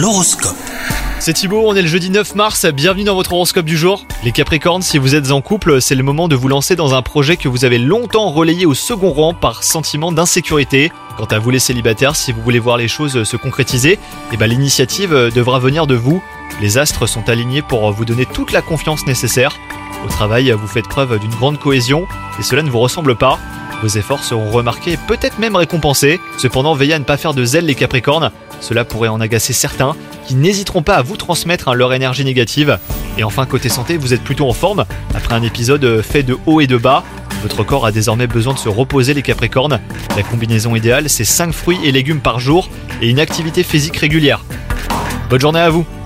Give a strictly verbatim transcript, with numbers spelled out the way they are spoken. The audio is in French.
L'horoscope. C'est Thibaut, on est le jeudi neuf mars, bienvenue dans votre horoscope du jour. Les Capricornes, si vous êtes en couple, c'est le moment de vous lancer dans un projet que vous avez longtemps relayé au second rang par sentiment d'insécurité. Quant à vous les célibataires, si vous voulez voir les choses se concrétiser, eh ben l'initiative devra venir de vous. Les astres sont alignés pour vous donner toute la confiance nécessaire. Au travail, vous faites preuve d'une grande cohésion et cela ne vous ressemble pas. Vos efforts seront remarqués et peut-être même récompensés. Cependant, veillez à ne pas faire de zèle les Capricornes. Cela pourrait en agacer certains qui n'hésiteront pas à vous transmettre hein, leur énergie négative. Et enfin, côté santé, vous êtes plutôt en forme. Après un épisode fait de haut et de bas, votre corps a désormais besoin de se reposer les Capricornes. La combinaison idéale, c'est cinq fruits et légumes par jour et une activité physique régulière. Bonne journée à vous!